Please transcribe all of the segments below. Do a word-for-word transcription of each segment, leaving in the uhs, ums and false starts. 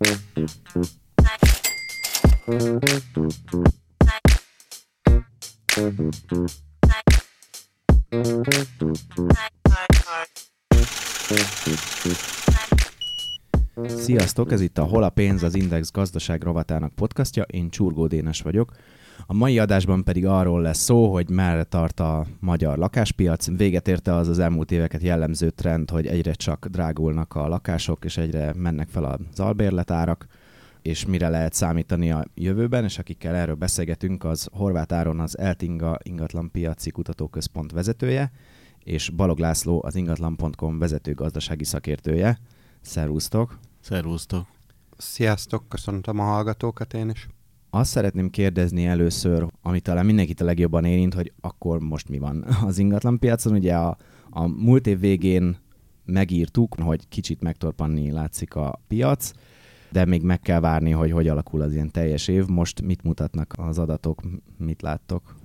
Sziasztok, ez itt a Hol a pénz, az Index gazdaság rovatának podcastja, én Csurgó Dénes vagyok. A mai adásban pedig arról lesz szó, hogy merre tart a magyar lakáspiac. Véget érte az az elmúlt éveket jellemző trend, hogy egyre csak drágulnak a lakások, és egyre mennek fel az albérletárak, és mire lehet számítani a jövőben, és akikkel erről beszélgetünk, az Horváth Áron, az Eltinga ingatlanpiaci kutatóközpont vezetője, és Balog László, az ingatlan pont com vezető gazdasági szakértője. Szervusztok! Szervusztok! Sziasztok! Köszöntöm a hallgatókat én is. Azt szeretném kérdezni először, ami talán mindenkit a legjobban érint, hogy akkor most mi van az ingatlanpiacon. Ugye a, a múlt év végén megírtuk, hogy kicsit megtorpanni látszik a piac, de még meg kell várni, hogy hogy alakul az ilyen teljes év. Most mit mutatnak az adatok, mit láttok?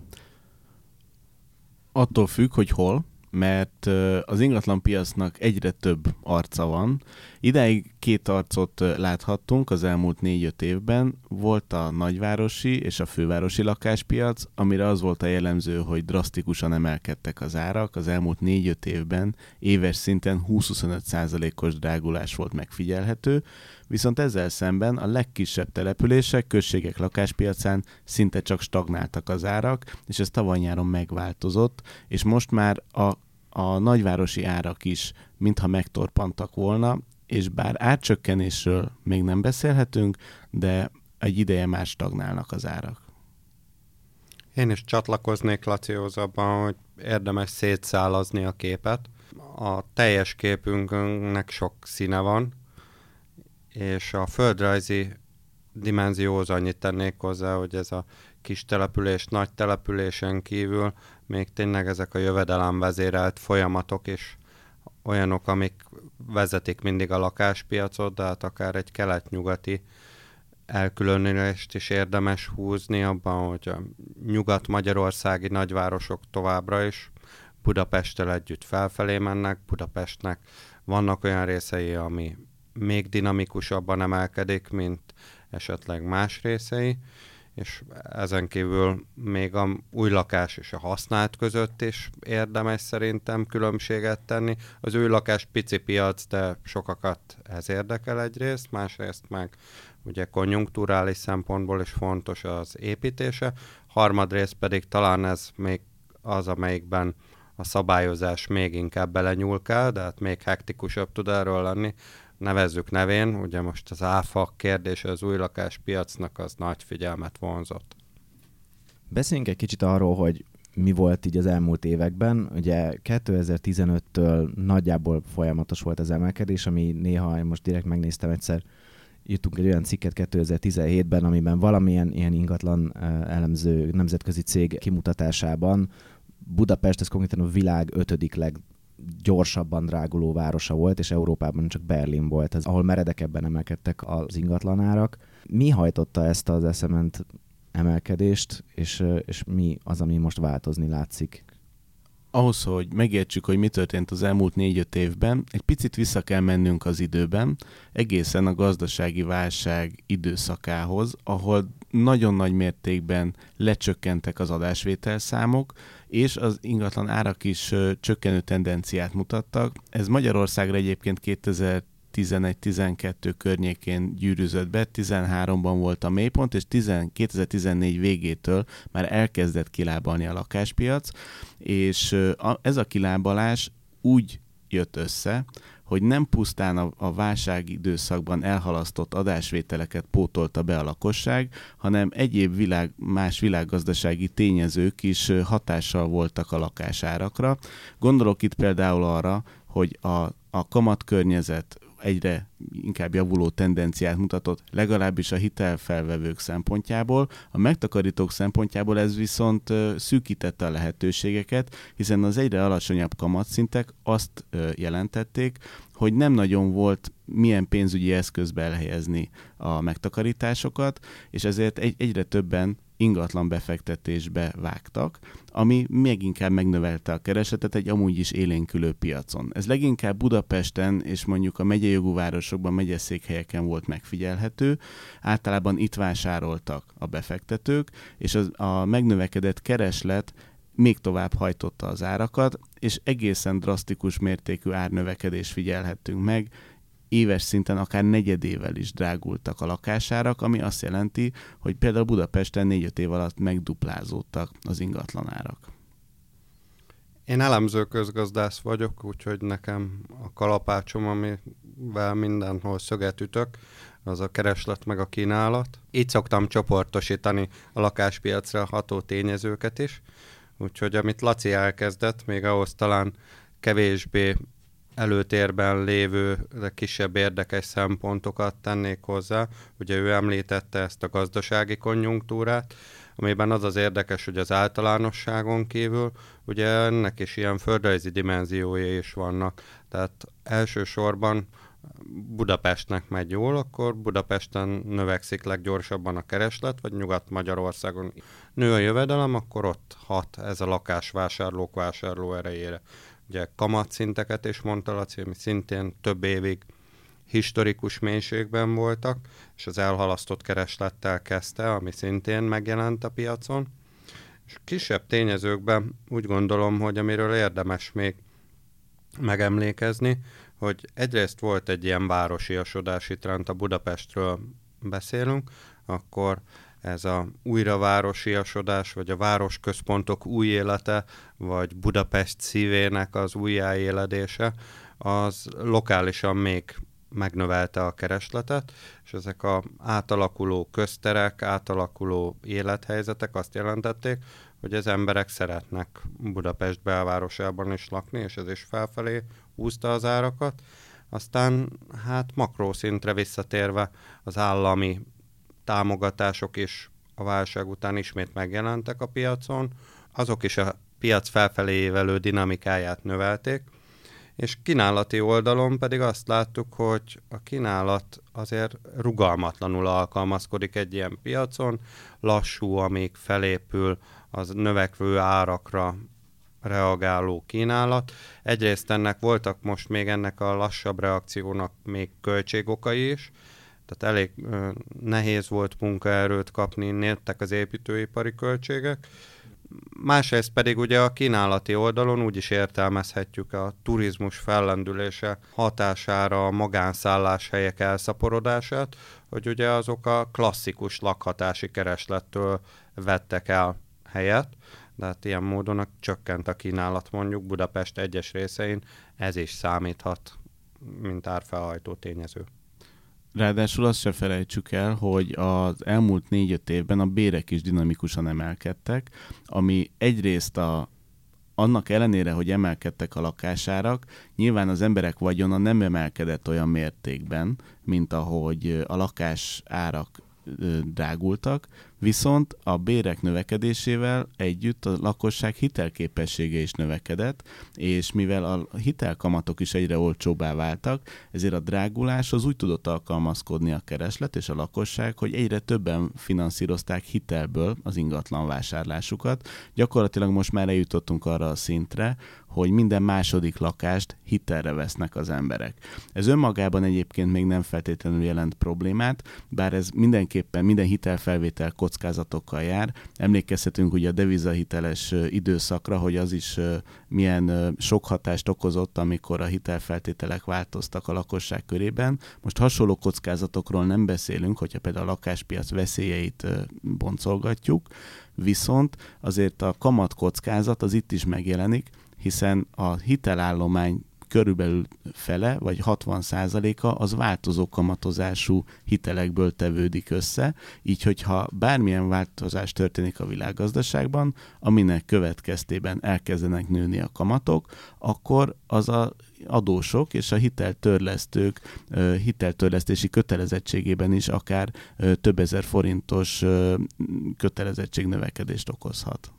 Attól függ, hogy hol, mert az ingatlanpiacnak egyre több arca van. Idáig két arcot láthattunk az elmúlt négy-öt évben. Volt a nagyvárosi és a fővárosi lakáspiac, amire az volt a jellemző, hogy drasztikusan emelkedtek az árak. Az elmúlt négy-öt évben éves szinten húsz-huszonöt százalékos drágulás volt megfigyelhető, viszont ezzel szemben a legkisebb települések, községek lakáspiacán szinte csak stagnáltak az árak, és ez tavaly nyáron megváltozott, és most már a, a nagyvárosi árak is mintha megtorpantak volna, és bár árcsökkenésről még nem beszélhetünk, de egy ideje már stagnálnak az árak. Én is csatlakoznék Lacihoz abban, hogy érdemes szétszálazni a képet. A teljes képünknek sok színe van, és a földrajzi dimenzióhoz annyit tennék hozzá, hogy ez a kis település, nagy településen kívül még tényleg ezek a jövedelemvezérelt folyamatok is olyanok, amik vezetik mindig a lakáspiacot, de hát akár egy kelet-nyugati elkülönülést is érdemes húzni abban, hogy a nyugat-magyarországi nagyvárosok továbbra is Budapesttel együtt felfelé mennek. Budapestnek vannak olyan részei, ami még dinamikusabban emelkedik, mint esetleg más részei, és ezen kívül még a új lakás és a használt között is érdemes szerintem különbséget tenni. Az új lakás pici piac, de sokakat ez érdekel egyrészt, másrészt meg ugye konjunkturális szempontból is fontos az építése, harmadrészt pedig talán ez még az, amelyikben a szabályozás még inkább belenyúlkál, de hát még hektikusabb tud erről lenni. Nevezzük nevén, ugye most az áfa kérdése az új lakáspiacnak az nagy figyelmet vonzott. Beszéljünk egy kicsit arról, hogy mi volt így az elmúlt években. Ugye kétezer-tizenöttől nagyjából folyamatos volt az emelkedés, ami néha, most direkt megnéztem egyszer, írtunk egy olyan cikket kétezer-tizenhétben, amiben valamilyen ilyen ingatlan elemző nemzetközi cég kimutatásában Budapest, ez konkrétan a világ ötödik leggyorsabban dráguló városa volt, és Európában csak Berlin volt, ez, ahol meredekebben emelkedtek az ingatlanárak. Mi hajtotta ezt az eszement emelkedést, és, és mi az, ami most változni látszik? Ahhoz, hogy megértsük, hogy mi történt az elmúlt négy-öt évben, egy picit vissza kell mennünk az időben, egészen a gazdasági válság időszakához, ahol nagyon nagy mértékben lecsökkentek az adásvételszámok, és az ingatlan árak is ö, csökkenő tendenciát mutattak. Ez Magyarországra egyébként kétezer-tizenegy-tizenkettő környékén gyűrűzött be, tizenháromban volt a mélypont, és kétezer-tizennégy végétől már elkezdett kilábalni a lakáspiac, és ö, a, ez a kilábalás úgy jött össze, hogy nem pusztán a, a válság időszakban elhalasztott adásvételeket pótolta be a lakosság, hanem egyéb világ, más világgazdasági tényezők is hatással voltak a lakásárakra. Gondolok itt például arra, hogy a, a kamatkörnyezet egyre inkább javuló tendenciát mutatott, legalábbis a hitelfelvevők szempontjából. A megtakarítók szempontjából ez viszont szűkítette a lehetőségeket, hiszen az egyre alacsonyabb kamatszintek azt jelentették, hogy nem nagyon volt milyen pénzügyi eszközbe elhelyezni a megtakarításokat, és ezért egy, egyre többen ingatlan befektetésbe vágtak, ami még inkább megnövelte a keresletet egy amúgy is élénkülő piacon. Ez leginkább Budapesten és mondjuk a megyei jogú városokban, megyeszékhelyeken volt megfigyelhető. Általában itt vásároltak a befektetők, és az, a megnövekedett kereslet még tovább hajtotta az árakat, és egészen drasztikus mértékű árnövekedést figyelhettünk meg. Éves szinten akár negyedével is drágultak a lakásárak, ami azt jelenti, hogy például Budapesten négy-öt év alatt megduplázódtak az ingatlanárak. Én elemző közgazdász vagyok, úgyhogy nekem a kalapácsom, amivel mindenhol szöget ütök, az a kereslet meg a kínálat. Így szoktam csoportosítani a lakáspiacra ható tényezőket is, úgyhogy amit Laci elkezdett, még ahhoz talán kevésbé előtérben lévő, de kisebb érdekes szempontokat tennék hozzá. Ugye ő említette ezt a gazdasági konjunktúrát, amiben az az érdekes, hogy az általánosságon kívül, ugye ennek is ilyen földrajzi dimenziói is vannak. Tehát elsősorban Budapestnek megy jól, akkor Budapesten növekszik leggyorsabban a kereslet, vagy Nyugat-Magyarországon nő a jövedelem, akkor ott hat ez a lakásvásárlók vásárló erejére. Ugye kamatszinteket is mondta Laci, ami szintén több évig historikus mélységben voltak, és az elhalasztott kereslettel kezdte, ami szintén megjelent a piacon. És kisebb tényezőkben úgy gondolom, hogy amiről érdemes még megemlékezni, hogy egyrészt volt egy ilyen városiasodási trend, a Budapestről beszélünk, akkor ez a újravárosiasodás, vagy a városközpontok új élete, vagy Budapest szívének az újjáéledése, az lokálisan még megnövelte a keresletet, és ezek az átalakuló közterek, átalakuló élethelyzetek azt jelentették, hogy az emberek szeretnek Budapest belvárosában is lakni, és ez is felfelé húzta az árakat. Aztán hát makrószintre visszatérve az állami támogatások is a válság után ismét megjelentek a piacon, azok is a piac felfelé évelő dinamikáját növelték, és kínálati oldalon pedig azt láttuk, hogy a kínálat azért rugalmatlanul alkalmazkodik egy ilyen piacon, lassú, amíg felépül az növekvő árakra reagáló kínálat. Egyrészt ennek voltak most még ennek a lassabb reakciónak még költségokai is, tehát elég ö, nehéz volt munkaerőt kapni, nőttek az építőipari költségek. Másrészt pedig ugye a kínálati oldalon úgy is értelmezhetjük a turizmus fellendülése hatására a magánszálláshelyek elszaporodását, hogy ugye azok a klasszikus lakhatási kereslettől vettek el helyet, de hát ilyen módon csökkent a kínálat mondjuk Budapest egyes részein, ez is számíthat, mint árfelhajtó tényező. Ráadásul azt se felejtsük el, hogy az elmúlt négy-öt évben a bérek is dinamikusan emelkedtek, ami egyrészt a, annak ellenére, hogy emelkedtek a lakásárak, nyilván az emberek vagyona nem emelkedett olyan mértékben, mint ahogy a lakás árak drágultak, viszont a bérek növekedésével együtt a lakosság hitelképessége is növekedett, és mivel a hitelkamatok is egyre olcsóbbá váltak, ezért a dráguláshoz úgy tudott alkalmazkodni a kereslet és a lakosság, hogy egyre többen finanszírozták hitelből az ingatlan vásárlásukat. Gyakorlatilag most már eljutottunk arra a szintre, hogy minden második lakást hitelre vesznek az emberek. Ez önmagában egyébként még nem feltétlenül jelent problémát, bár ez mindenképpen minden hitelfelvétel kockázatokkal jár. Emlékezhetünk ugye a devizahiteles időszakra, hogy az is milyen sok hatást okozott, amikor a hitelfeltételek változtak a lakosság körében. Most hasonló kockázatokról nem beszélünk, hogyha például a lakáspiac veszélyeit boncolgatjuk, viszont azért a kamatkockázat az itt is megjelenik, hiszen a hitelállomány körülbelül fele, vagy hatvan százaléka az változó kamatozású hitelekből tevődik össze, így hogyha bármilyen változás történik a világgazdaságban, aminek következtében elkezdenek nőni a kamatok, akkor az a adósok és a hiteltörlesztők hiteltörlesztési kötelezettségében is akár több ezer forintos kötelezettségnövekedést okozhat.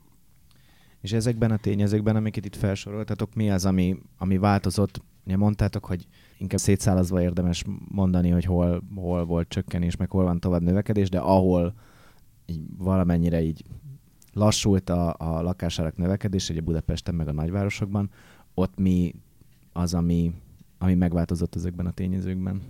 És ezekben a tényezőkben, amiket itt felsoroltatok, mi az, ami, ami változott? Ugye mondtátok, hogy inkább szétszálazva érdemes mondani, hogy hol, hol volt csökkenés, meg hol van tovább növekedés, de ahol így valamennyire így lassult a, a lakásárak növekedés, ugye Budapesten meg a nagyvárosokban, ott mi az, ami, ami megváltozott ezekben a tényezőkben?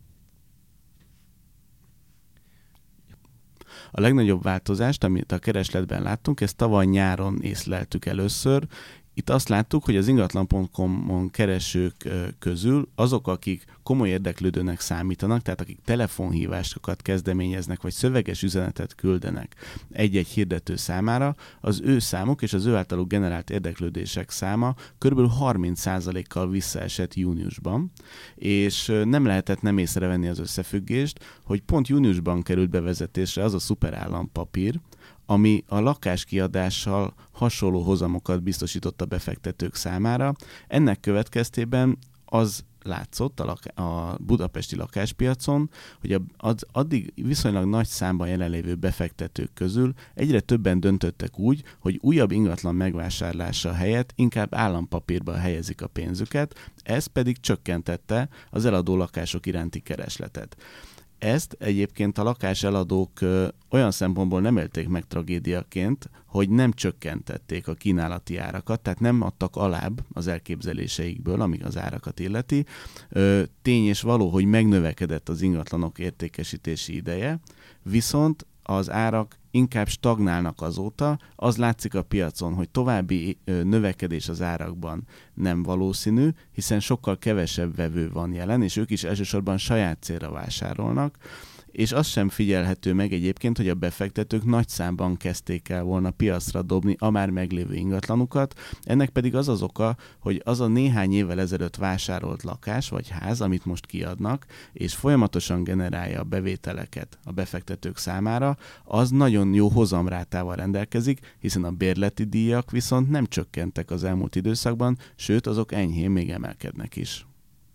A legnagyobb változást, amit a keresletben láttunk, ezt tavaly nyáron észleltük először. Itt azt láttuk, hogy az ingatlan pont com-on keresők közül azok, akik komoly érdeklődőnek számítanak, tehát akik telefonhívásokat kezdeményeznek, vagy szöveges üzenetet küldenek egy-egy hirdető számára, az ő számuk és az ő általuk generált érdeklődések száma kb. harminc százalékkal visszaesett júniusban, és nem lehetett nem észrevenni az összefüggést, hogy pont júniusban került bevezetésre az a szuperállampapír, ami a lakáskiadással hasonló hozamokat biztosított a befektetők számára. Ennek következtében az látszott a, lak- a budapesti lakáspiacon, hogy az addig viszonylag nagy számban jelenlévő befektetők közül egyre többen döntöttek úgy, hogy újabb ingatlan megvásárlása helyett inkább állampapírba helyezik a pénzüket, ez pedig csökkentette az eladó lakások iránti keresletet. Ezt egyébként a lakáseladók ö, olyan szempontból nem élték meg tragédiaként, hogy nem csökkentették a kínálati árakat, tehát nem adtak alább az elképzeléseikből, amíg az árakat illeti. Ö, tény és való, hogy megnövekedett az ingatlanok értékesítési ideje, viszont az árak inkább stagnálnak azóta, az látszik a piacon, hogy további növekedés az árakban nem valószínű, hiszen sokkal kevesebb vevő van jelen, és ők is elsősorban saját célra vásárolnak, és az sem figyelhető meg egyébként, hogy a befektetők nagy számban kezdték el volna piacra dobni a már meglévő ingatlanukat, ennek pedig az az oka, hogy az a néhány évvel ezelőtt vásárolt lakás vagy ház, amit most kiadnak, és folyamatosan generálja a bevételeket a befektetők számára, az nagyon jó hozamrátával rendelkezik, hiszen a bérleti díjak viszont nem csökkentek az elmúlt időszakban, sőt azok enyhén még emelkednek is.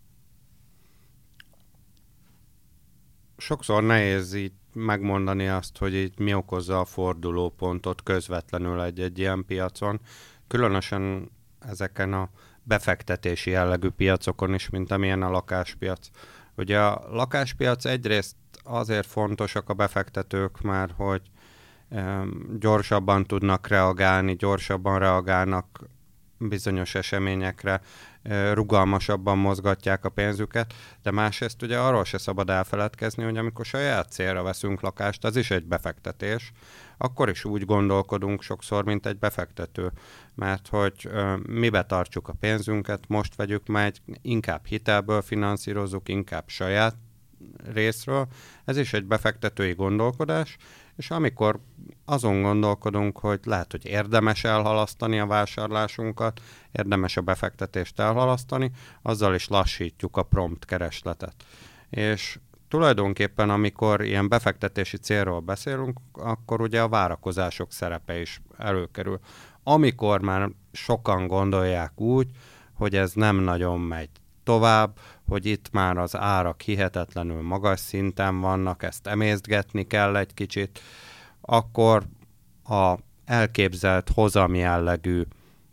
Sokszor nehéz így megmondani azt, hogy így mi okozza a fordulópontot közvetlenül egy-egy ilyen piacon. Különösen ezeken a befektetési jellegű piacokon is, mint amilyen a lakáspiac. Ugye a lakáspiac egyrészt azért fontosak a befektetők, mert hogy um, gyorsabban tudnak reagálni, gyorsabban reagálnak bizonyos eseményekre, rugalmasabban mozgatják a pénzüket, de másrészt ugye arról se szabad elfeledkezni, hogy amikor saját célra veszünk lakást, az is egy befektetés, akkor is úgy gondolkodunk sokszor, mint egy befektető, mert hogy ö, mibe tartsuk a pénzünket, most vegyük meg, inkább hitelből finanszírozzuk, inkább saját részről, ez is egy befektetői gondolkodás, és amikor azon gondolkodunk, hogy lehet, hogy érdemes elhalasztani a vásárlásunkat, érdemes a befektetést elhalasztani, azzal is lassítjuk a prompt keresletet. És tulajdonképpen, amikor ilyen befektetési célról beszélünk, akkor ugye a várakozások szerepe is előkerül. Amikor már sokan gondolják úgy, hogy ez nem nagyon megy tovább, hogy itt már az árak hihetetlenül magas szinten vannak, ezt emésztgetni kell egy kicsit, akkor a elképzelt hozam jellegű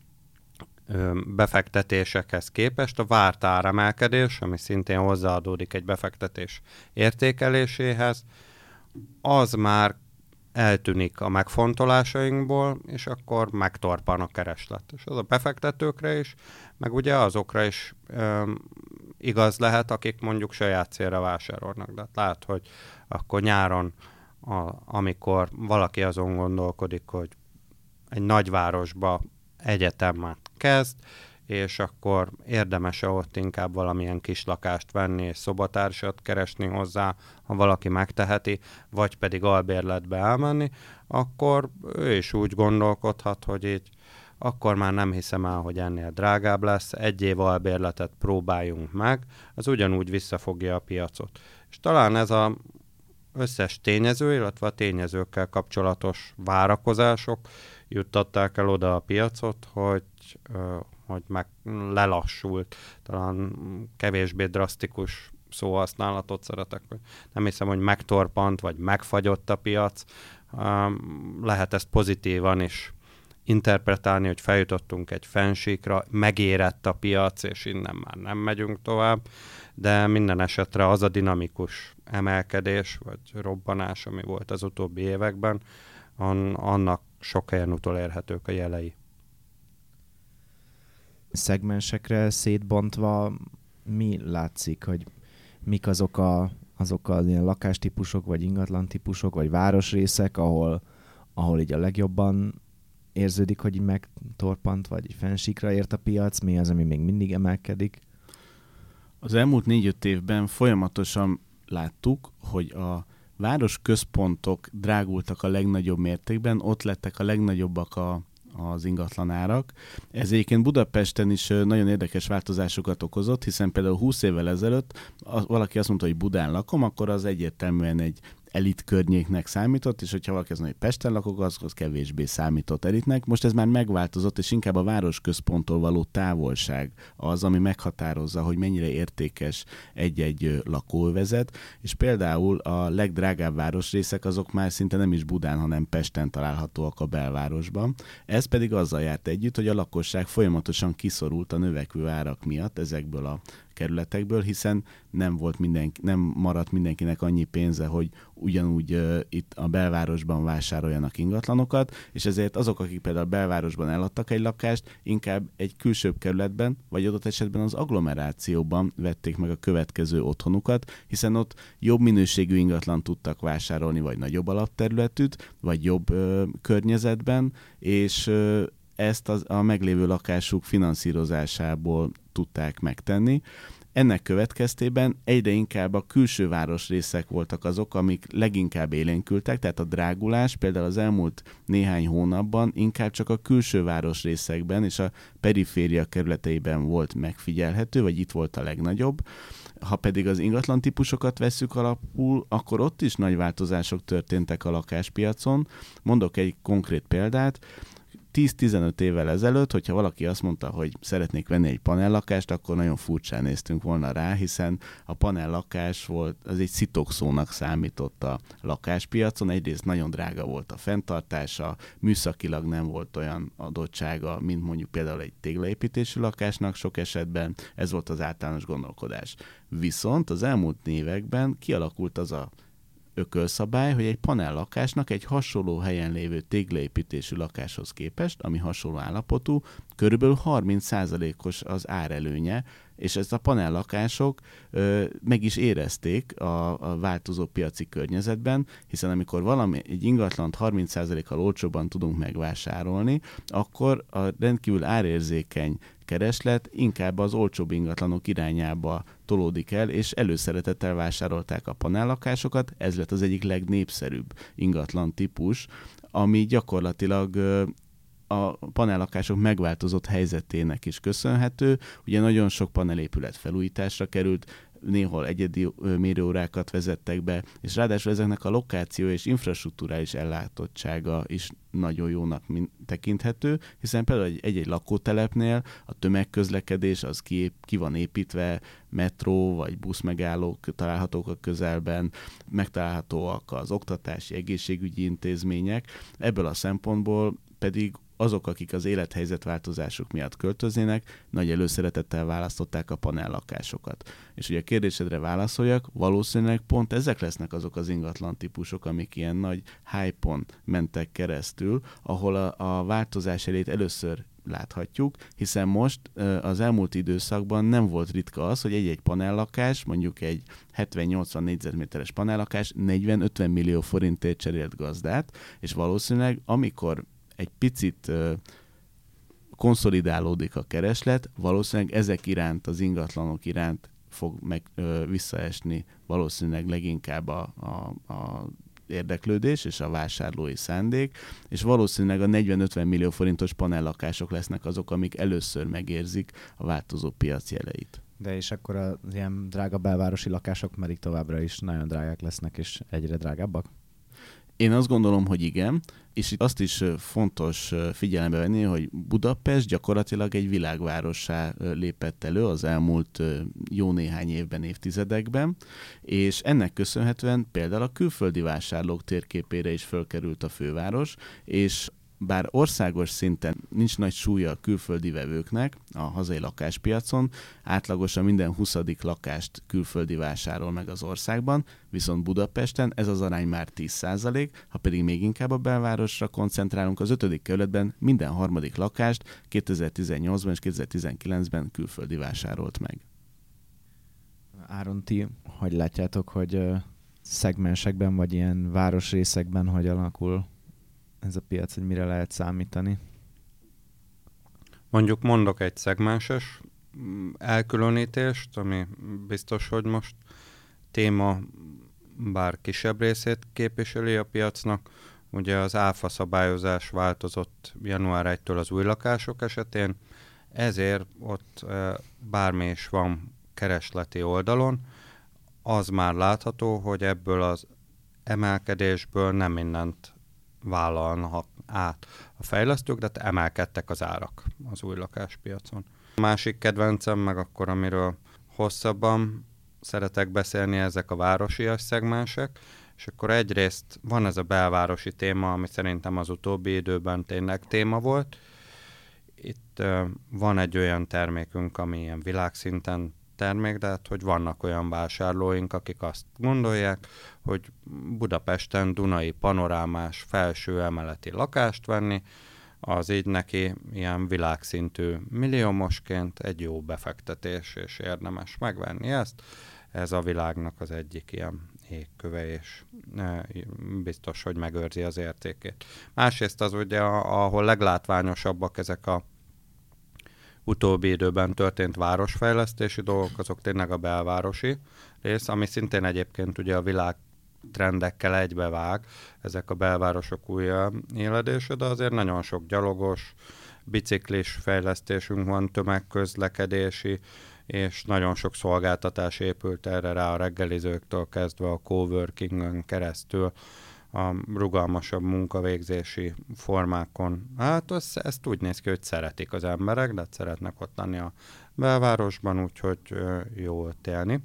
befektetésekhez képest a várt áremelkedés, ami szintén hozzáadódik egy befektetés értékeléséhez, az már eltűnik a megfontolásainkból, és akkor megtorpan a kereslet. És az a befektetőkre is, meg ugye azokra is öm, igaz lehet, akik mondjuk saját célra vásárolnak. De lehet, hogy akkor nyáron, a, amikor valaki azon gondolkodik, hogy egy nagyvárosba egyetemet kezd, és akkor érdemes-e ott inkább valamilyen kis lakást venni, és szobatársat keresni hozzá, ha valaki megteheti, vagy pedig albérletbe elmenni, akkor ő is úgy gondolkodhat, hogy így akkor már nem hiszem el, hogy ennél drágább lesz, egy év albérletet próbáljunk meg, az ugyanúgy visszafogja a piacot. És talán ez az összes tényező, illetve a tényezőkkel kapcsolatos várakozások juttatták el oda a piacot, hogy, hogy meg lelassult, talán kevésbé drasztikus szóhasználatot szeretek, hogy nem hiszem, hogy megtorpant, vagy megfagyott a piac. Lehet ezt pozitívan is interpretálni, hogy feljutottunk egy fennsíkra, megérett a piac, és innen már nem megyünk tovább, de minden esetre az a dinamikus emelkedés vagy robbanás, ami volt az utóbbi években, an, annak sok helyen utolérhetők a jelei. Szegmensekre szétbontva mi látszik, hogy mik azok a, azok az ilyen lakástípusok, vagy ingatlan típusok, vagy városrészek, ahol, ahol így a legjobban érződik, hogy így megtorpant, vagy fensíkra ért a piac, mi az, ami még mindig emelkedik? Az elmúlt négy-öt évben folyamatosan láttuk, hogy a városközpontok drágultak a legnagyobb mértékben, ott lettek a legnagyobbak a, az ingatlanárak. Ez egyébként Budapesten is nagyon érdekes változásokat okozott, hiszen például húsz évvel ezelőtt az, valaki azt mondta, hogy Budán lakom, akkor az egyértelműen egy elit környéknek számított, és hogyha valaki azt mondja, hogy Pesten lakok, az, az kevésbé számított elitnek. Most ez már megváltozott, és inkább a városközponttól való távolság az, ami meghatározza, hogy mennyire értékes egy-egy lakóövezet, és például a legdrágább városrészek azok már szinte nem is Budán, hanem Pesten találhatóak a belvárosban. Ez pedig azzal járt együtt, hogy a lakosság folyamatosan kiszorult a növekvő árak miatt ezekből a kerületekből, hiszen nem volt mindenki, nem maradt mindenkinek annyi pénze, hogy ugyanúgy uh, itt a belvárosban vásároljanak ingatlanokat, és ezért azok, akik például a belvárosban eladtak egy lakást, inkább egy külsőbb kerületben, vagy adott esetben az agglomerációban vették meg a következő otthonukat, hiszen ott jobb minőségű ingatlan tudtak vásárolni, vagy nagyobb alapterületűt, vagy jobb uh, környezetben, és uh, ezt az, a meglévő lakásuk finanszírozásából tudták megtenni. Ennek következtében egyre inkább a külső városrészek voltak azok, amik leginkább élénkültek, tehát a drágulás például az elmúlt néhány hónapban inkább csak a külső városrészekben és a periféria kerületeiben volt megfigyelhető, vagy itt volt a legnagyobb. Ha pedig az ingatlan típusokat vesszük alapul, akkor ott is nagy változások történtek a lakáspiacon. Mondok egy konkrét példát. tíz-tizenöt évvel ezelőtt, hogyha valaki azt mondta, hogy szeretnék venni egy panellakást, akkor nagyon furcsán néztünk volna rá, hiszen a panellakás volt, az egy szitokszónak számított a lakáspiacon. Egyrészt nagyon drága volt a fenntartása, műszakilag nem volt olyan adottsága, mint mondjuk például egy téglaépítésű lakásnak sok esetben. Ez volt az általános gondolkodás. Viszont az elmúlt években kialakult az a ökölszabály, hogy egy panellakásnak egy hasonló helyen lévő téglaépítésű lakáshoz képest, ami hasonló állapotú, körülbelül harminc százalékos az árelőnye, és ezt a panellakások ö, meg is érezték a, a változó piaci környezetben, hiszen amikor valami egy ingatlant harminc százalékkal olcsóbban tudunk megvásárolni, akkor a rendkívül árérzékeny kereslet inkább az olcsóbb ingatlanok irányába tolódik el, és előszeretettel vásárolták a panellakásokat. Ez lett az egyik legnépszerűbb ingatlan típus, ami gyakorlatilag ö, a panellakások megváltozott helyzetének is köszönhető. Ugye nagyon sok panelépület felújításra került, néhol egyedi mérőórákat vezettek be, és ráadásul ezeknek a lokáció és infrastruktúrális ellátottsága is nagyon jónak tekinthető, hiszen például egy-egy lakótelepnél a tömegközlekedés az ki, ki van építve, metró vagy buszmegállók találhatók a közelben, megtalálhatóak az oktatási, egészségügyi intézmények. Ebből a szempontból pedig azok, akik az élethelyzetváltozások miatt költöznének, nagy előszeretettel választották a panellakásokat. És ugye a kérdésedre válaszoljak, valószínűleg pont ezek lesznek azok az ingatlan típusok, amik ilyen nagy hype-on mentek keresztül, ahol a, a változás elét először láthatjuk, hiszen most az elmúlt időszakban nem volt ritka az, hogy egy-egy panellakás, mondjuk egy hetven-nyolcvan négyzetméteres panellakás negyven-ötven millió forintért cserélt gazdát, és valószínűleg amikor egy picit uh, konszolidálódik a kereslet, valószínűleg ezek iránt, az ingatlanok iránt fog meg uh, visszaesni valószínűleg leginkább a, a, a érdeklődés és a vásárlói szándék, és valószínűleg a negyven-ötven millió forintos panellakások lesznek azok, amik először megérzik a változó piac jeleit. De és akkor az ilyen drága belvárosi lakások pedig továbbra is nagyon drágák lesznek, és egyre drágábbak? Én azt gondolom, hogy igen, és itt azt is fontos figyelembe venni, hogy Budapest gyakorlatilag egy világvárossá lépett elő az elmúlt jó néhány évben, évtizedekben, és ennek köszönhetően például a külföldi vásárlók térképére is fölkerült a főváros, és bár országos szinten nincs nagy súlya a külföldi vevőknek a hazai lakáspiacon, átlagosan minden huszadik lakást külföldi vásárol meg az országban, viszont Budapesten ez az arány már tíz százalék, ha pedig még inkább a belvárosra koncentrálunk, az ötödik kerületben minden harmadik lakást kétezer-tizennyolcban és kétezer-tizenkilencben külföldi vásárolt meg. Áron, ti hogy látjátok, hogy szegmensekben vagy ilyen városrészekben hogy alakul ez a piac, hogy mire lehet számítani? Mondjuk mondok egy szegmenses elkülönítést, ami biztos, hogy most téma, bár kisebb részét képviseli a piacnak. Ugye az áfa szabályozás változott január elsejétől az új lakások esetén, ezért ott bármi is van keresleti oldalon, az már látható, hogy ebből az emelkedésből nem mindent vállalnak át a fejlesztők, de emelkedtek az árak az új lakáspiacon. A másik kedvencem, meg akkor amiről hosszabban szeretek beszélni, ezek a városias szegmensek, és akkor egyrészt van ez a belvárosi téma, ami szerintem az utóbbi időben tényleg téma volt. Itt uh, van egy olyan termékünk, ami ilyen világszinten termék, de hát, hogy vannak olyan vásárlóink, akik azt gondolják, hogy Budapesten dunai panorámás felső emeleti lakást venni, az így neki ilyen világszintű milliómosként egy jó befektetés, és érdemes megvenni ezt. Ez a világnak az egyik ilyen égköve, és biztos, hogy megőrzi az értékét. Másrészt az ugye, ahol leglátványosabbak ezek a utóbbi időben történt városfejlesztési dolgok, azok tényleg a belvárosi rész, ami szintén egyébként ugye a világ trendekkel egybevág, ezek a belvárosok újra éledése, de azért nagyon sok gyalogos, biciklis fejlesztésünk van, tömegközlekedési, és nagyon sok szolgáltatás épült erre rá, a reggelizőktől kezdve a coworkingen keresztül, a rugalmasabb munkavégzési formákon. Hát ez, ezt úgy néz ki, hogy szeretik az emberek, de szeretnek ott lenni a belvárosban, úgyhogy jó ott élni.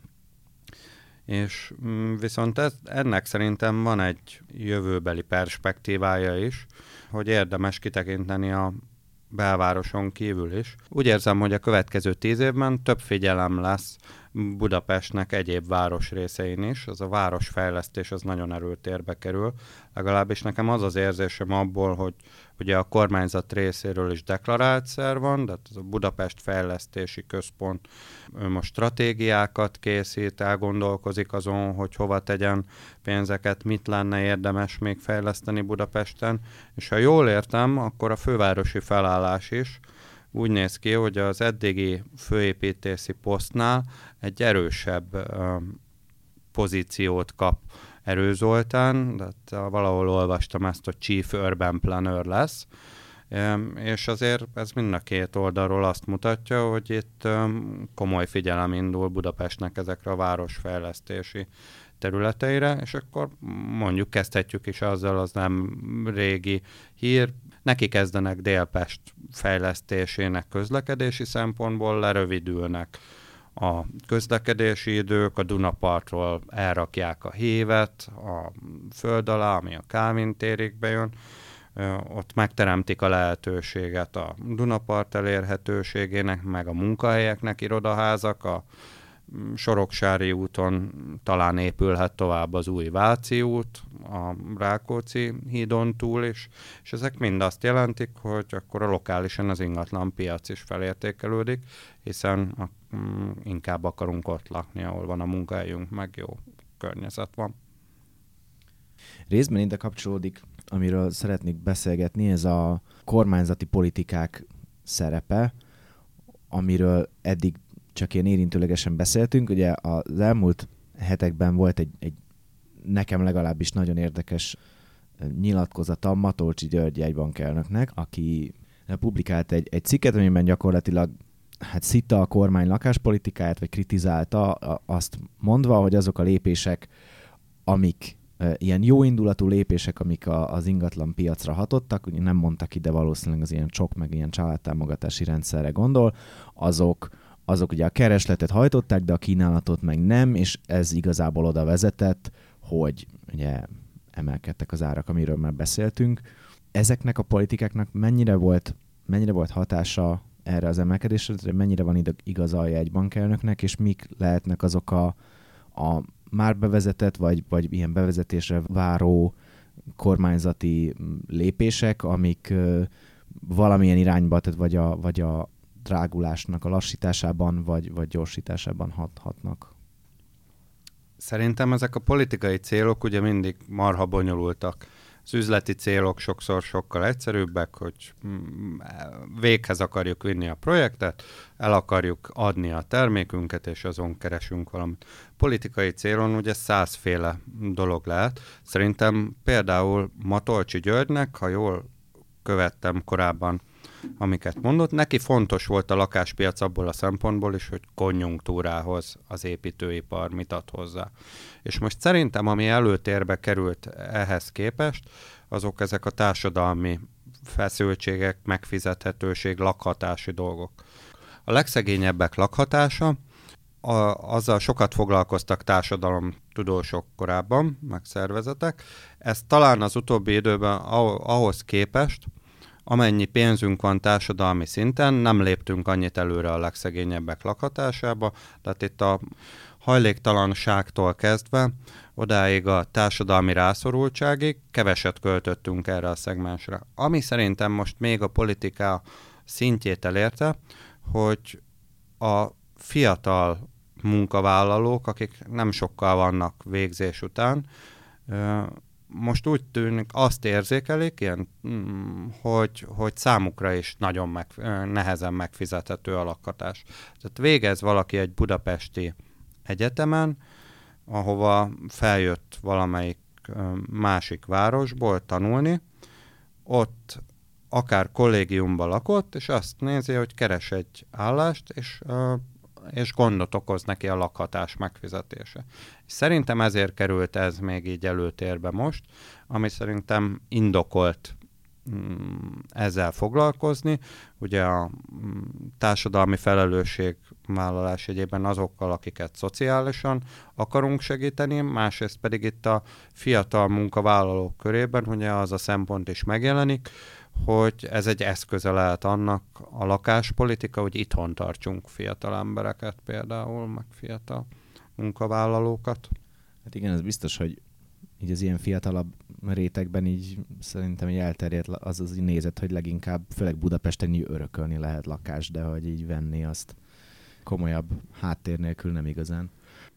És viszont ez, ennek szerintem van egy jövőbeli perspektívája is, hogy érdemes kitekinteni a belvároson kívül is. Úgy érzem, hogy a következő tíz évben több figyelem lesz Budapestnek egyéb városrészein is. Az a városfejlesztés az nagyon erőtérbe kerül. Legalábbis nekem az az érzésem abból, hogy ugye a kormányzat részéről is deklarált szer van, de az a Budapest Fejlesztési Központ ő most stratégiákat készít, elgondolkozik azon, hogy hova tegyen pénzeket, mit lenne érdemes még fejleszteni Budapesten. És ha jól értem, akkor a fővárosi felállás is úgy néz ki, hogy az eddigi főépítészi posztnál egy erősebb uh, pozíciót kap Erő Zoltán, de valahol olvastam ezt, hogy Chief Urban Planner lesz, um, és azért ez mind a két oldalról azt mutatja, hogy itt um, komoly figyelem indul Budapestnek ezekre a városfejlesztési területeire, és akkor mondjuk kezdhetjük is azzal, az nem régi hír, neki kezdenek Délpest fejlesztésének közlekedési szempontból, lerövidülnek a közlekedési idők, a Dunapartról elrakják a hévet a föld alá, ami a Kálvin térig bejön, ott megteremtik a lehetőséget a Dunapart elérhetőségének, meg a munkahelyeknek, irodaházak, a Soroksári úton talán épülhet tovább az új Váci út, a Rákóczi hídon túl is, és ezek mind azt jelentik, hogy akkor a lokálisan az ingatlan piac is felértékelődik, hiszen a, mm, inkább akarunk ott lakni, ahol van a munkahelyünk, meg jó környezet van. Részben ide kapcsolódik, amiről szeretnék beszélgetni, ez a kormányzati politikák szerepe, amiről eddig csak ilyen érintőlegesen beszéltünk. Ugye az elmúlt hetekben volt egy, egy nekem legalábbis nagyon érdekes nyilatkozata Matolcsy György jegybankelnöknek, aki publikált egy, egy cikket, amiben gyakorlatilag hát szitta a kormány lakáspolitikáját, vagy kritizálta, azt mondva, hogy azok a lépések, amik ilyen jóindulatú lépések, amik a, az ingatlan piacra hatottak, ugye nem mondtak ide valószínűleg az ilyen csok, meg ilyen családtámogatási rendszerre gondol, azok azok ugye a keresletet hajtották, de a kínálatot meg nem, és ez igazából oda vezetett, hogy ugye emelkedtek az árak, amiről már beszéltünk. ezeknek a politikáknak mennyire volt, mennyire volt hatása erre az emelkedésre, mennyire van igazalja egy bankelnöknek, és mik lehetnek azok a, a már bevezetett, vagy, vagy ilyen bevezetésre váró kormányzati lépések, amik valamilyen irányba, tehát vagy a, vagy a drágulásnak a lassításában, vagy, vagy gyorsításában hat, hatnak. Szerintem ezek a politikai célok ugye mindig marha bonyolultak. Az üzleti célok sokszor sokkal egyszerűbbek, hogy véghez akarjuk vinni a projektet, el akarjuk adni a termékünket, és azon keresünk valamit. Politikai célon ugye százféle dolog lehet. Szerintem például Matolcsy Györgynek, ha jól követtem korábban, amiket mondott, neki fontos volt a lakáspiac abból a szempontból is, hogy konjunktúrához az építőipar mit ad hozzá. És most szerintem, ami előtérbe került ehhez képest, azok ezek a társadalmi feszültségek, megfizethetőség, lakhatási dolgok. A legszegényebbek lakhatása, a, azzal sokat foglalkoztak társadalomtudósok korábban, meg szervezetek. Ez talán az utóbbi időben ahhoz képest, amennyi pénzünk van társadalmi szinten, nem léptünk annyit előre a legszegényebbek lakhatásába, tehát itt a hajléktalanságtól kezdve odáig a társadalmi rászorultságig keveset költöttünk erre a szegmensre. Ami szerintem most még a politika szintjét elérte, hogy a fiatal munkavállalók, akik nem sokkal vannak végzés után, most úgy tűnik, azt érzékelik, ilyen, hogy, hogy számukra is nagyon meg, nehezen megfizethető a lakhatás. Tehát végez valaki egy budapesti egyetemen, ahova feljött valamelyik másik városból tanulni, ott akár kollégiumban lakott, és azt nézi, hogy keres egy állást, és és gondot okoz neki a lakhatás megfizetése. Szerintem ezért került ez még így előtérbe most, ami szerintem indokolt ezzel foglalkozni. Ugye a társadalmi felelősségvállalás egyében azokkal, akiket szociálisan akarunk segíteni, másrészt pedig itt a fiatal munkavállalók körében, ugye az a szempont is megjelenik, hogy ez egy eszköze lehet annak a lakáspolitika, hogy itthon tartsunk fiatal embereket például, meg fiatal munkavállalókat. Hát igen, ez biztos, hogy így az ilyen fiatalabb rétegben így szerintem így elterjedt az az nézet, hogy leginkább, főleg Budapesten így örökölni lehet lakást, de hogy így venni azt komolyabb háttér nélkül nem igazán.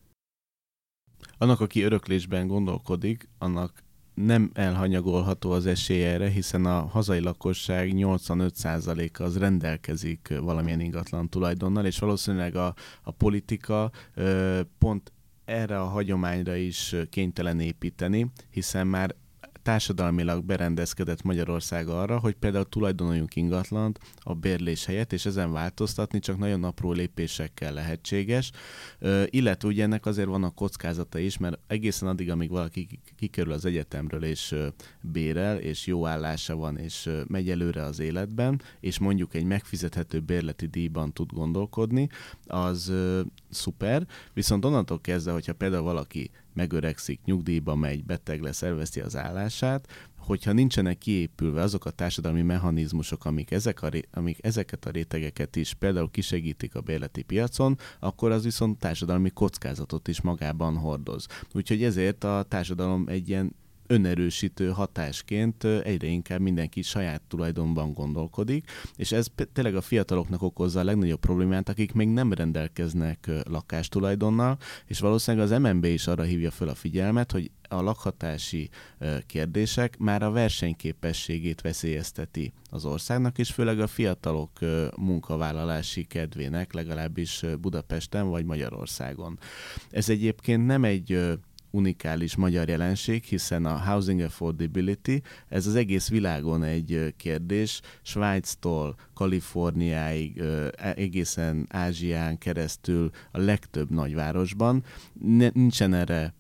Annak, aki öröklésben gondolkodik, annak nem elhanyagolható az esélye erre, hiszen a hazai lakosság nyolcvanöt százaléka az rendelkezik valamilyen ingatlan tulajdonnal, és valószínűleg a, a politika ö, pont erre a hagyományra is kénytelen építeni, hiszen már társadalmilag berendezkedett Magyarország arra, hogy például tulajdonoljunk ingatlant a bérlés helyett, és ezen változtatni csak nagyon apró lépésekkel lehetséges. Ö, illetve ugye ennek azért van a kockázata is, mert egészen addig, amíg valaki kikerül az egyetemről, és ö, bérel, és jó állása van, és ö, megy előre az életben, és mondjuk egy megfizethető bérleti díjban tud gondolkodni, az ö, szuper, viszont onnantól kezdve, hogyha például valaki megöregszik, nyugdíjba megy, beteg lesz, elveszti az állását, hogyha nincsenek kiépülve azok a társadalmi mechanizmusok, amik, ezek a, amik ezeket a rétegeket is például kisegítik a bérleti piacon, akkor az viszont társadalmi kockázatot is magában hordoz. Úgyhogy ezért a társadalom egy ilyen önerősítő hatásként egyre inkább mindenki saját tulajdonban gondolkodik, és ez tényleg a fiataloknak okozza a legnagyobb problémát, akik még nem rendelkeznek lakástulajdonnal, és valószínűleg az em en bé is arra hívja fel a figyelmet, hogy a lakhatási kérdések már a versenyképességét veszélyezteti az országnak, és főleg a fiatalok munkavállalási kedvének, legalábbis Budapesten vagy Magyarországon. Ez egyébként nem egy unikális magyar jelenség, hiszen a housing affordability, ez az egész világon egy kérdés, Svájctól Kaliforniáig, egészen Ázsián keresztül a legtöbb nagyvárosban. Nincsen erre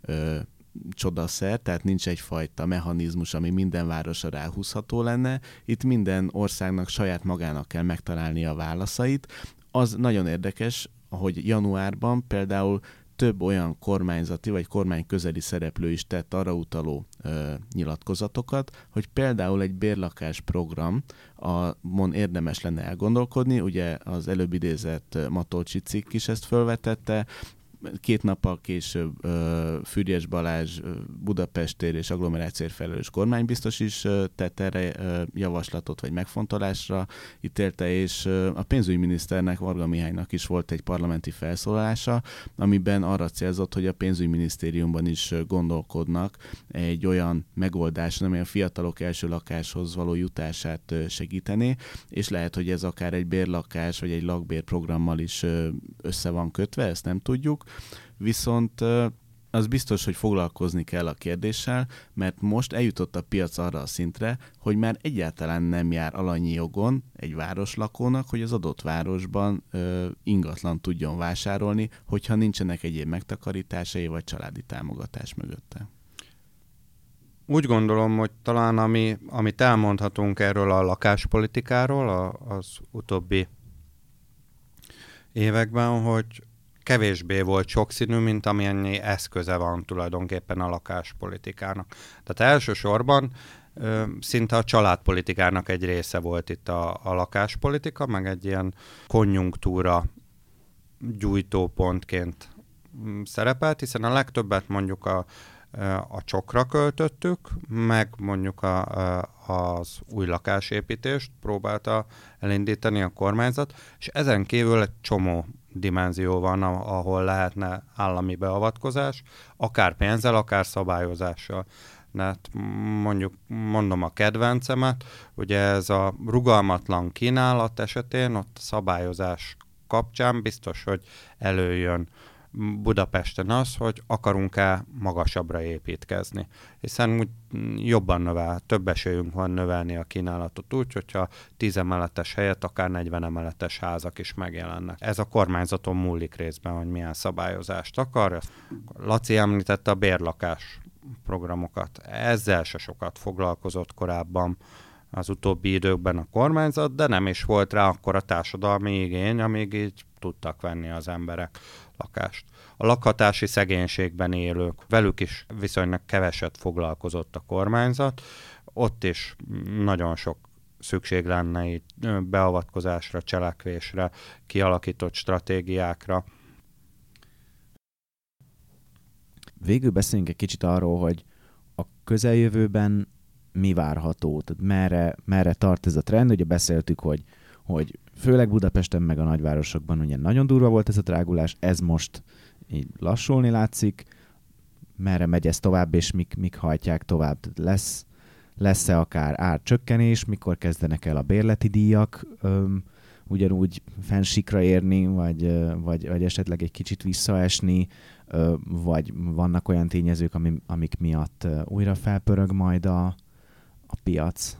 csodaszer, tehát nincs egyfajta mechanizmus, ami minden városra ráhúzható lenne. Itt minden országnak saját magának kell megtalálni a válaszait. Az nagyon érdekes, hogy januárban például több olyan kormányzati vagy kormányközeli szereplő is tett arra utaló ö, nyilatkozatokat, hogy például egy bérlakás program, a mon érdemes lenne elgondolkodni, ugye az előbb idézett Matolcsi cikk is ezt felvetette, két nappal később uh, Füriyes Balázs uh, Budapestért és agglomerációért felelős kormánybiztos is uh, tett erre uh, javaslatot vagy megfontolásra ítélte, és uh, a pénzügyminiszternek, Varga Mihálynak is volt egy parlamenti felszólalása, amiben arra célzott, hogy a pénzügyminisztériumban is uh, gondolkodnak egy olyan megoldáson, amely a fiatalok első lakáshoz való jutását uh, segítené, és lehet, hogy ez akár egy bérlakás vagy egy lakbérprogrammal is uh, össze van kötve, ezt nem tudjuk. Viszont az biztos, hogy foglalkozni kell a kérdéssel, mert most eljutott a piac arra a szintre, hogy már egyáltalán nem jár alanyi jogon egy városlakónak, hogy az adott városban ö, ingatlan tudjon vásárolni, hogyha nincsenek egyéb megtakarításai vagy családi támogatás mögötte. Úgy gondolom, hogy talán ami, amit elmondhatunk erről a lakáspolitikáról a, az utóbbi években, hogy kevésbé volt sokszínű, mint amennyi eszköze van tulajdonképpen a lakáspolitikának. Tehát elsősorban ö, szinte a családpolitikának egy része volt itt a, a lakáspolitika, meg egy ilyen konjunktúra gyújtópontként szerepelt, hiszen a legtöbbet mondjuk a, a csokra költöttük, meg mondjuk a, a, az új lakásépítést próbálta elindítani a kormányzat, és ezen kívül egy csomó dimenzió van, ahol lehetne állami beavatkozás, akár pénzzel, akár szabályozással. Hát mondjuk mondom a kedvencemet, ugye ez a rugalmatlan kínálat esetén, ott a szabályozás kapcsán biztos, hogy előjön Budapesten az, hogy akarunk-e magasabbra építkezni. Hiszen úgy jobban növel, több esélyünk van növelni a kínálatot úgy, hogyha tíz emeletes helyett akár negyven emeletes házak is megjelennek. Ez a kormányzaton múlik részben, hogy milyen szabályozást akar. Laci említette a bérlakás programokat. Ezzel se sokat foglalkozott korábban az utóbbi időkben a kormányzat, de nem is volt rá akkor a társadalmi igény, amíg így tudtak venni az emberek lakást. A lakhatási szegénységben élők, velük is viszonylag keveset foglalkozott a kormányzat, ott is nagyon sok szükség lenne így beavatkozásra, cselekvésre, kialakított stratégiákra. Végül beszéljünk egy kicsit arról, hogy a közeljövőben mi várható, tehát merre, merre tart ez a trend. Ugye beszéltük, hogy, hogy főleg Budapesten meg a nagyvárosokban ugye nagyon durva volt ez a drágulás, ez most így lassulni látszik, merre megy ez tovább, és mik, mik hajtják tovább. Lesz, lesz-e akár árcsökkenés, mikor kezdenek el a bérleti díjak öm, ugyanúgy fennsikra érni, vagy, vagy, vagy esetleg egy kicsit visszaesni, vagy vannak olyan tényezők, amik miatt újra felpörög majd a, a piac?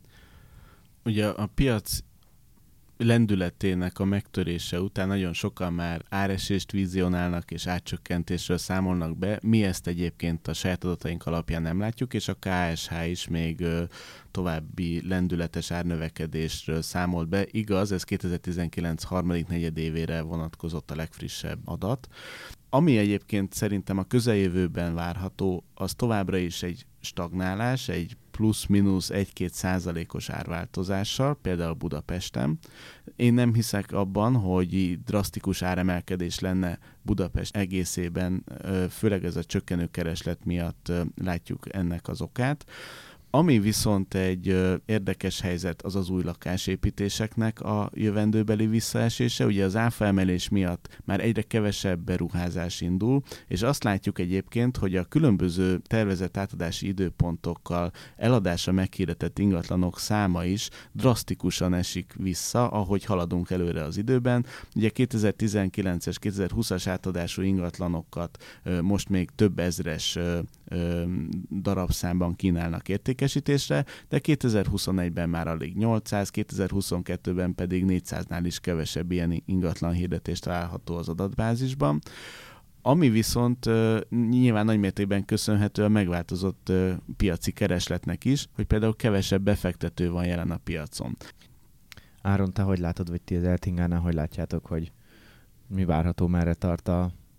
Ugye a piac lendületének a megtörése után nagyon sokan már áresést vizionálnak és átcsökkentésről számolnak be. Mi ezt egyébként a saját adataink alapján nem látjuk, és a ká es há is még ö, további lendületes árnövekedésről számolt be. Igaz, ez kétezer-tizenkilenc harmadik negyedévére vonatkozott a legfrissebb adat. Ami egyébként szerintem a közeljövőben várható, az továbbra is egy stagnálás, egy plusz-minusz egy-két százalékos árváltozással, például Budapesten. Én nem hiszek abban, hogy drasztikus áremelkedés lenne Budapest egészében, főleg ez a csökkenő kereslet miatt látjuk ennek az okát. Ami viszont egy ö, érdekes helyzet, az az új lakásépítéseknek a jövendőbeli visszaesése. Ugye az áfa emelés miatt már egyre kevesebb beruházás indul, és azt látjuk egyébként, hogy a különböző tervezett átadási időpontokkal eladásra meghirdetett ingatlanok száma is drasztikusan esik vissza, ahogy haladunk előre az időben. Ugye kétezer-tizenkilences, kétezer-húszas átadású ingatlanokat ö, most még több ezres ö, ö, darabszámban kínálnak értékesítésre, de kétezer-huszonegyben már alig nyolcszáz, kétezer-huszonkettőben pedig négyszáznál is kevesebb ilyen ingatlan hirdetés található az adatbázisban. Ami viszont uh, nyilván nagymértékben köszönhető a megváltozott uh, piaci keresletnek is, hogy például kevesebb befektető van jelen a piacon. Áron, te hogy látod, vagy ti az Eltingánál hogy látjátok, hogy mi várható, merre tart a,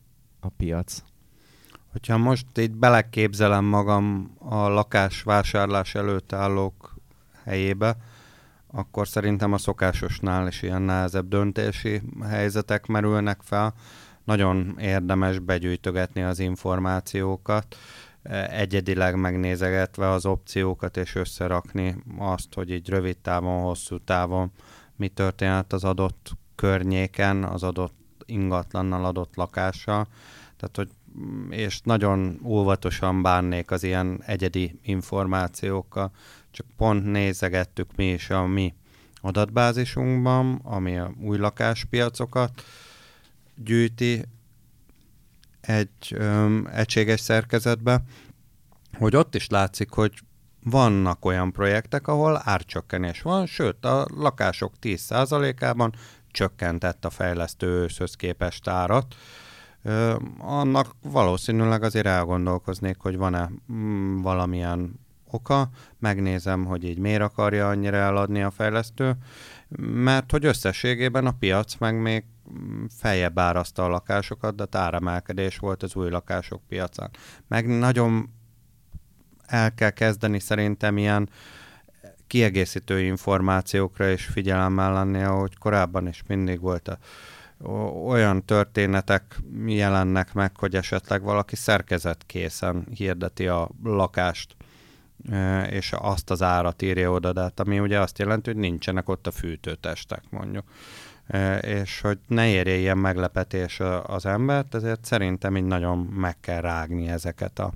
a piac. Hogyha most így beleképzelem magam a lakásvásárlás előtt állók helyébe, akkor szerintem a szokásosnál is ilyen nehezebb döntési helyzetek merülnek fel. Nagyon érdemes begyűjtögetni az információkat, egyedileg megnézegetve az opciókat, és összerakni azt, hogy így rövid távon, hosszú távon mi történhet az adott környéken, az adott ingatlannal, adott lakással. Tehát, hogy és nagyon óvatosan bánnék az ilyen egyedi információkkal. Csak pont nézegettük mi is a mi adatbázisunkban, ami a új lakáspiacokat gyűjti egy öm, egységes szerkezetbe, hogy ott is látszik, hogy vannak olyan projektek, ahol árcsökkenés van, sőt a lakások tíz százalékában csökkentett a fejlesztő őszhöz képest árat. Ö, annak valószínűleg azért elgondolkoznék, hogy van-e mm, valamilyen oka, megnézem, hogy így miért akarja annyira eladni a fejlesztő, mert hogy összességében a piac meg még feljebb árazta a lakásokat, de áremelkedés volt az új lakások piacán. Meg nagyon el kell kezdeni szerintem ilyen kiegészítő információkra is figyelemmel lenni, ahogy korábban is mindig volt a olyan történetek jelennek meg, hogy esetleg valaki szerkezetkészen hirdeti a lakást, és azt az árat írja oda, de hát ami ugye azt jelenti, hogy nincsenek ott a fűtőtestek, mondjuk. És hogy ne érje ilyen meglepetés az embert, ezért szerintem így nagyon meg kell rágni ezeket a,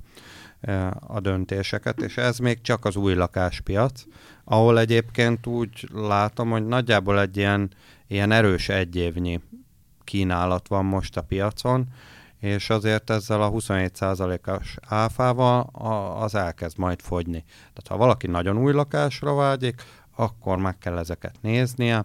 a döntéseket, és ez még csak az új lakáspiac, ahol egyébként úgy látom, hogy nagyjából egy ilyen, ilyen erős egyévnyi kínálat van most a piacon, és azért ezzel a huszonhét százalékos áfával az elkezd majd fogyni. Tehát ha valaki nagyon új lakásra vágyik, akkor meg kell ezeket néznie,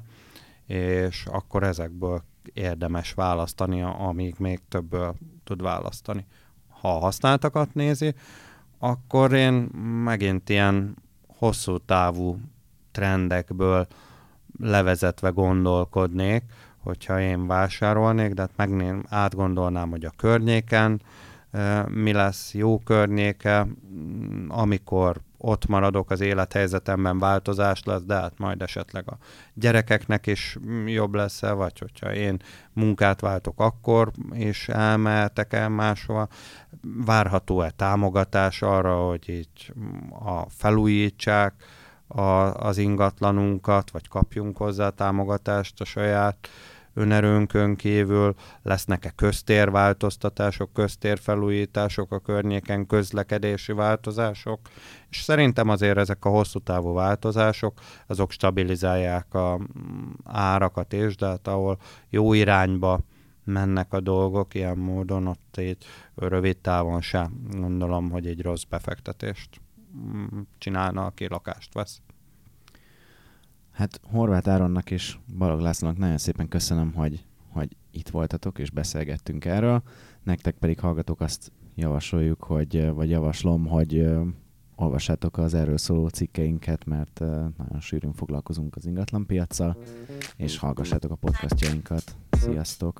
és akkor ezekből érdemes választani, amíg még többből tud választani. Ha a használtakat nézi, akkor én megint ilyen hosszú távú trendekből levezetve gondolkodnék, hogyha én vásárolnék, de hát megnézem, átgondolnám, hogy a környéken e, mi lesz jó környéke, amikor ott maradok, az élethelyzetemben változás lesz, de hát majd esetleg a gyerekeknek is jobb lesz-e, vagy hogyha én munkát váltok, akkor is elmehetek el máshova. Várható-e támogatás arra, hogy így a felújítsák a, az ingatlanunkat, vagy kapjunk hozzá támogatást a saját önerőnkön kívül, lesznek-e köztérváltoztatások, köztérfelújítások a környéken, közlekedési változások, és szerintem azért ezek a hosszú távú változások, azok stabilizálják a árakat is, de hát ahol jó irányba mennek a dolgok, ilyen módon ott így rövid távon sem gondolom, hogy egy rossz befektetést csinálna, aki lakást vesz. Hát Horváth Áronnak és Balogh Lászlónak nagyon szépen köszönöm, hogy, hogy itt voltatok és beszélgettünk erről. Nektek pedig hallgatók azt javasoljuk, hogy, vagy javaslom, hogy uh, olvassátok az erről szóló cikkeinket, mert uh, nagyon sűrűn foglalkozunk az ingatlanpiaccal, és hallgassátok a podcastjainkat. Sziasztok!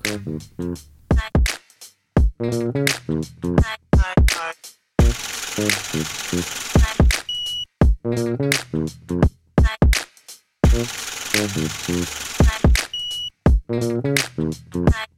Thank you.